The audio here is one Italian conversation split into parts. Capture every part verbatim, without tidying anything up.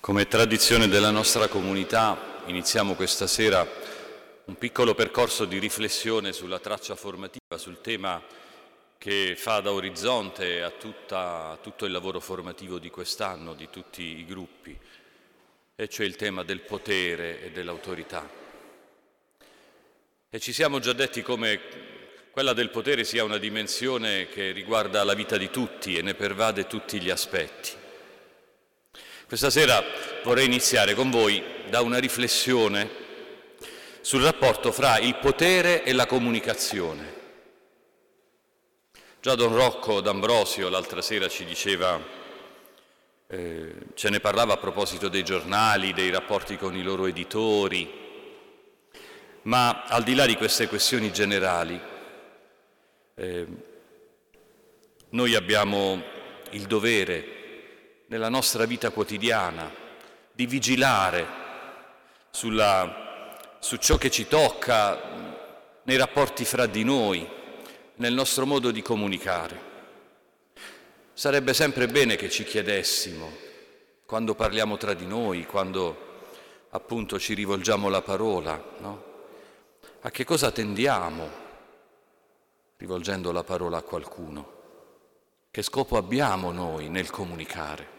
Come tradizione della nostra comunità iniziamo questa sera un piccolo percorso di riflessione sulla traccia formativa, sul tema che fa da orizzonte a, tutta, a tutto il lavoro formativo di quest'anno, di tutti i gruppi, e cioè il tema del potere e dell'autorità. E ci siamo già detti come quella del potere sia una dimensione che riguarda la vita di tutti e ne pervade tutti gli aspetti. Questa sera vorrei iniziare con voi da una riflessione sul rapporto fra il potere e la comunicazione. Già Don Rocco D'Ambrosio l'altra sera ci diceva, eh, ce ne parlava a proposito dei giornali, dei rapporti con i loro editori, ma al di là di queste questioni generali, eh, noi abbiamo il dovere nella nostra vita quotidiana di vigilare sulla, su ciò che ci tocca nei rapporti fra di noi, nel nostro modo di comunicare. Sarebbe sempre bene che ci chiedessimo, quando parliamo tra di noi, quando appunto ci rivolgiamo la parola, no? A che cosa tendiamo rivolgendo la parola a qualcuno? Che scopo abbiamo noi nel comunicare?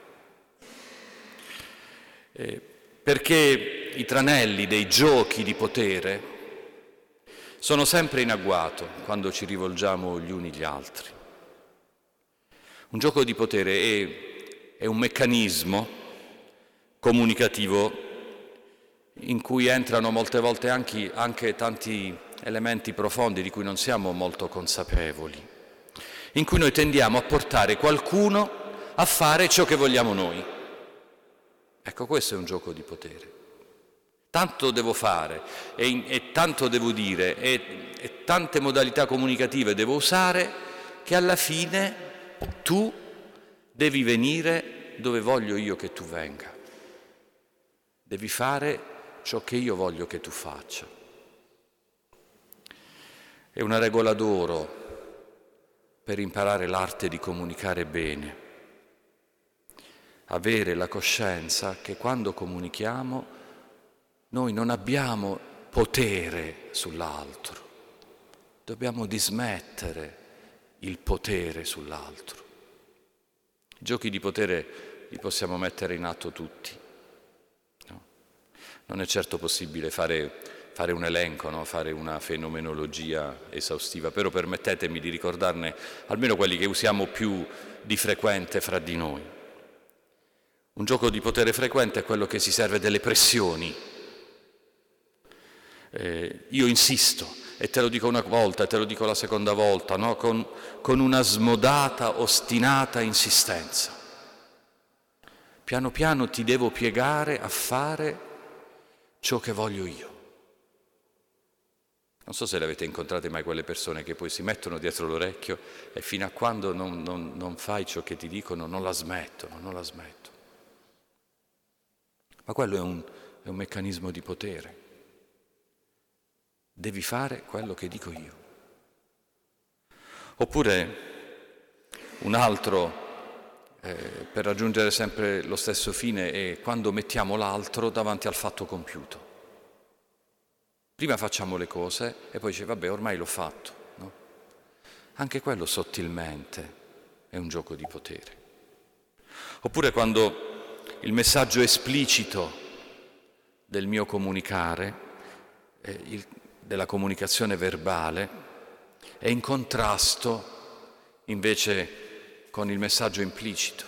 Eh, perché i tranelli dei giochi di potere sono sempre in agguato quando ci rivolgiamo gli uni agli altri. Un gioco di potere è, è un meccanismo comunicativo in cui entrano molte volte anche, anche tanti elementi profondi di cui non siamo molto consapevoli, in cui noi tendiamo a portare qualcuno a fare ciò che vogliamo noi. Ecco, questo è un gioco di potere. Tanto devo fare e, in, e tanto devo dire e, e tante modalità comunicative devo usare che alla fine tu devi venire dove voglio io che tu venga. Devi fare ciò che io voglio che tu faccia. È una regola d'oro per imparare l'arte di comunicare bene. Avere la coscienza che quando comunichiamo noi non abbiamo potere sull'altro, dobbiamo dismettere il potere sull'altro. I giochi di potere li possiamo mettere in atto tutti. No? Non è certo possibile fare, fare un elenco, no? Fare una fenomenologia esaustiva, però permettetemi di ricordarne almeno quelli che usiamo più di frequente fra di noi. Un gioco di potere frequente è quello che si serve delle pressioni. Eh, io insisto, e te lo dico una volta, e te lo dico la seconda volta, no? con, con una smodata, ostinata insistenza. Piano piano ti devo piegare a fare ciò che voglio io. Non so se le avete incontrate mai quelle persone che poi si mettono dietro l'orecchio e fino a quando non, non, non fai ciò che ti dicono non la smettono, non la smettono. Ma quello è un, è un meccanismo di potere. Devi fare quello che dico io. Oppure un altro, eh, per raggiungere sempre lo stesso fine, è quando mettiamo l'altro davanti al fatto compiuto. Prima facciamo le cose e poi dice, vabbè, ormai l'ho fatto. No? Anche quello sottilmente è un gioco di potere. Oppure quando il messaggio esplicito del mio comunicare, eh, il, della comunicazione verbale, è in contrasto invece con il messaggio implicito.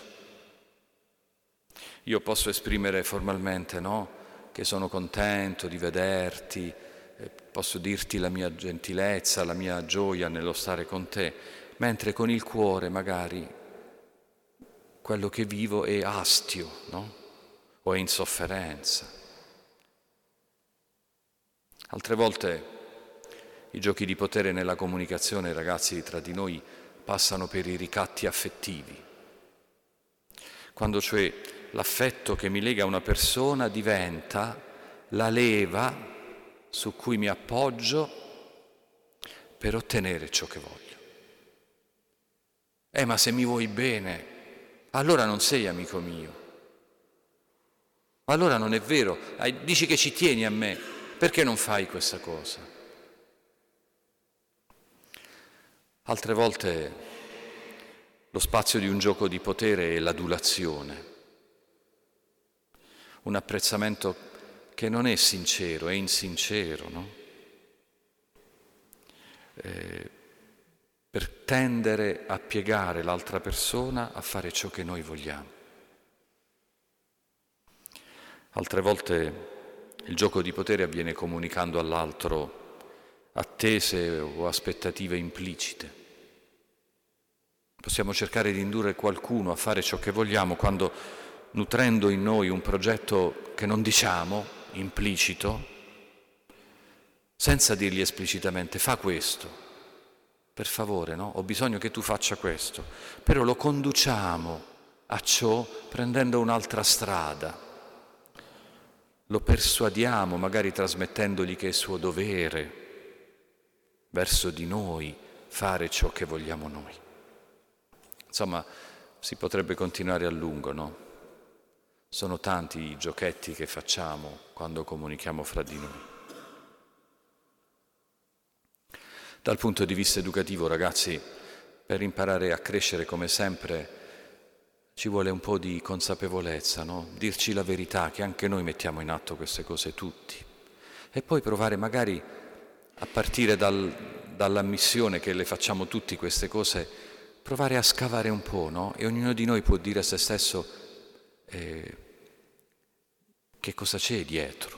Io posso esprimere formalmente, no? Che sono contento di vederti, eh, posso dirti la mia gentilezza, la mia gioia nello stare con te, mentre con il cuore magari quello che vivo è astio, no? O è insofferenza. Altre volte i giochi di potere nella comunicazione, ragazzi, tra di noi passano per i ricatti affettivi. Quando cioè l'affetto che mi lega a una persona diventa la leva su cui mi appoggio per ottenere ciò che voglio. Eh, ma se mi vuoi bene, allora non sei amico mio. Ma allora non è vero, dici che ci tieni a me, perché non fai questa cosa? Altre volte lo spazio di un gioco di potere è l'adulazione, un apprezzamento che non è sincero, è insincero, no? Eh, per tendere a piegare l'altra persona a fare ciò che noi vogliamo. Altre volte il gioco di potere avviene comunicando all'altro attese o aspettative implicite. Possiamo cercare di indurre qualcuno a fare ciò che vogliamo quando, nutrendo in noi un progetto che non diciamo, implicito, senza dirgli esplicitamente fa questo, per favore, no? Ho bisogno che tu faccia questo, però lo conduciamo a ciò prendendo un'altra strada. Lo persuadiamo, magari trasmettendogli che è suo dovere verso di noi fare ciò che vogliamo noi. Insomma, si potrebbe continuare a lungo, no? Sono tanti i giochetti che facciamo quando comunichiamo fra di noi. Dal punto di vista educativo, ragazzi, per imparare a crescere come sempre ci vuole un po' di consapevolezza, no? Dirci la verità, che anche noi mettiamo in atto queste cose tutti. E poi provare magari, a partire dal, dall'ammissione che le facciamo tutti queste cose, provare a scavare un po', no? E ognuno di noi può dire a se stesso eh, che cosa c'è dietro.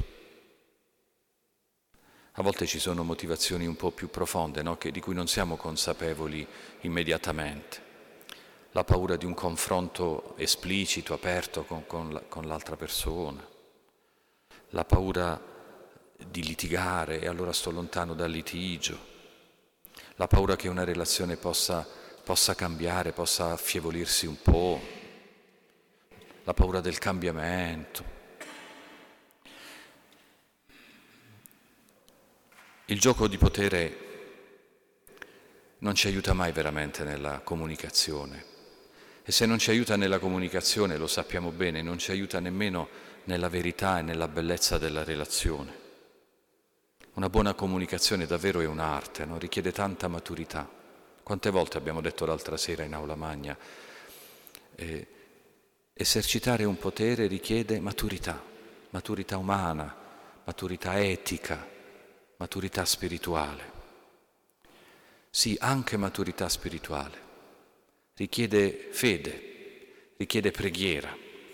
A volte ci sono motivazioni un po' più profonde, no? Che, di cui non siamo consapevoli immediatamente. La paura di un confronto esplicito, aperto con, con, la, con l'altra persona, la paura di litigare e allora sto lontano dal litigio, la paura che una relazione possa, possa cambiare, possa affievolirsi un po', la paura del cambiamento. Il gioco di potere non ci aiuta mai veramente nella comunicazione. E se non ci aiuta nella comunicazione, lo sappiamo bene, non ci aiuta nemmeno nella verità e nella bellezza della relazione. Una buona comunicazione davvero è un'arte, no? Richiede tanta maturità. Quante volte abbiamo detto l'altra sera in aula magna, eh, esercitare un potere richiede maturità, maturità umana, maturità etica, maturità spirituale. Sì, anche maturità spirituale. Richiede fede, richiede preghiera.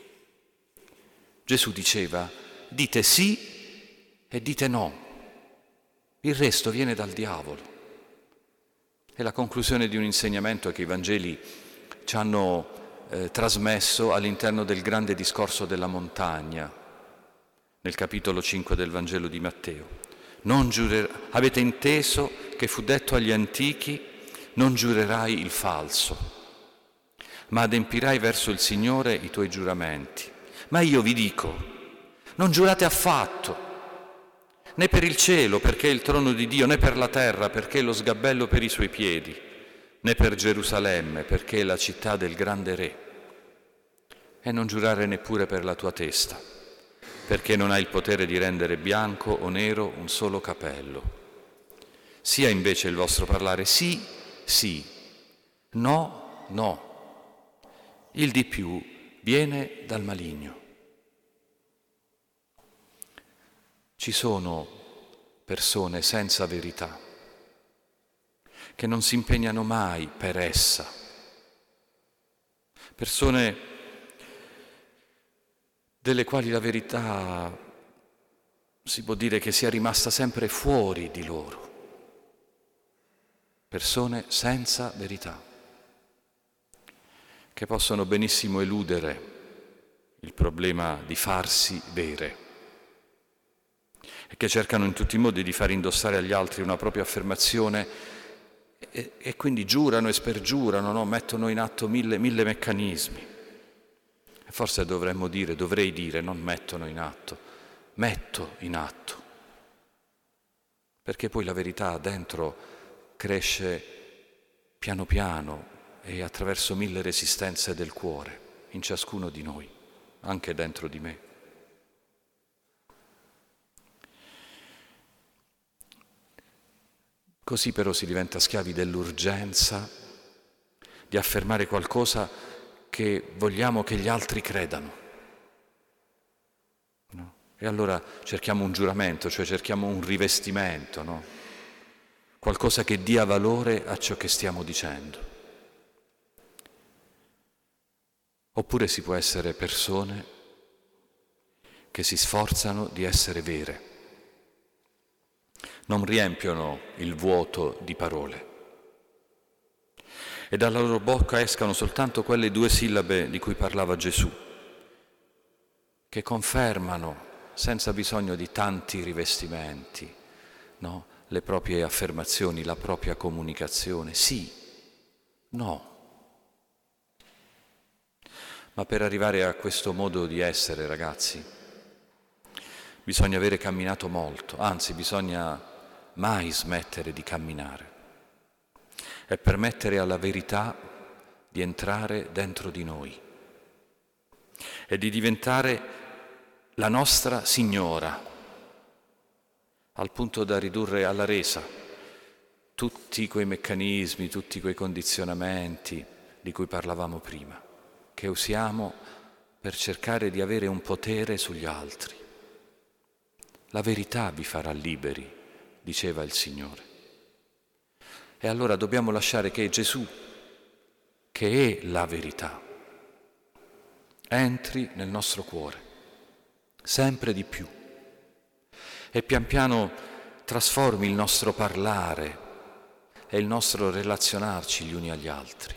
Gesù diceva, dite sì e dite no, il resto viene dal diavolo. È la conclusione di un insegnamento che i Vangeli ci hanno eh, trasmesso all'interno del grande discorso della montagna, nel capitolo cinque del Vangelo di Matteo. Non giurer- avete inteso che fu detto agli antichi, non giurerai il falso, ma adempirai verso il Signore i tuoi giuramenti. Ma io vi dico, non giurate affatto, né per il cielo, perché è il trono di Dio, né per la terra, perché è lo sgabello per i suoi piedi, né per Gerusalemme, perché è la città del grande Re. E non giurare neppure per la tua testa, perché non hai il potere di rendere bianco o nero un solo capello. Sia invece il vostro parlare sì, sì, no, no. Il di più viene dal maligno. Ci sono persone senza verità, che non si impegnano mai per essa, persone delle quali la verità si può dire che sia rimasta sempre fuori di loro, persone senza verità, che possono benissimo eludere il problema di farsi vere e che cercano in tutti i modi di far indossare agli altri una propria affermazione e, e quindi giurano e spergiurano, no? Mettono in atto mille, mille meccanismi. E forse dovremmo dire, dovrei dire, non mettono in atto, metto in atto, perché poi la verità dentro cresce piano piano e attraverso mille resistenze del cuore, in ciascuno di noi, anche dentro di me. Così però si diventa schiavi dell'urgenza di affermare qualcosa che vogliamo che gli altri credano. No? E allora cerchiamo un giuramento, cioè cerchiamo un rivestimento, no? Qualcosa che dia valore a ciò che stiamo dicendo. Oppure si può essere persone che si sforzano di essere vere, non riempiono il vuoto di parole e dalla loro bocca escano soltanto quelle due sillabe di cui parlava Gesù, che confermano senza bisogno di tanti rivestimenti, no? Le proprie affermazioni, la propria comunicazione, sì, no. Ma per arrivare a questo modo di essere, ragazzi, bisogna avere camminato molto, anzi bisogna mai smettere di camminare e permettere alla verità di entrare dentro di noi e di diventare la nostra signora, al punto da ridurre alla resa tutti quei meccanismi, tutti quei condizionamenti di cui parlavamo prima, che usiamo per cercare di avere un potere sugli altri. La verità vi farà liberi, diceva il Signore. E allora dobbiamo lasciare che Gesù, che è la verità, entri nel nostro cuore, sempre di più, e pian piano trasformi il nostro parlare e il nostro relazionarci gli uni agli altri.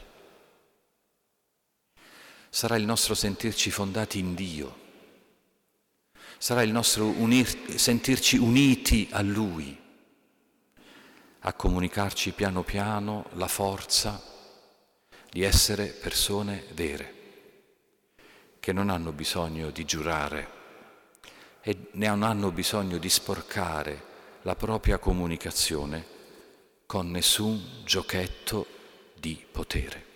Sarà il nostro sentirci fondati in Dio, sarà il nostro unir, sentirci uniti a Lui, a comunicarci piano piano la forza di essere persone vere, che non hanno bisogno di giurare e non hanno bisogno di sporcare la propria comunicazione con nessun giochetto di potere.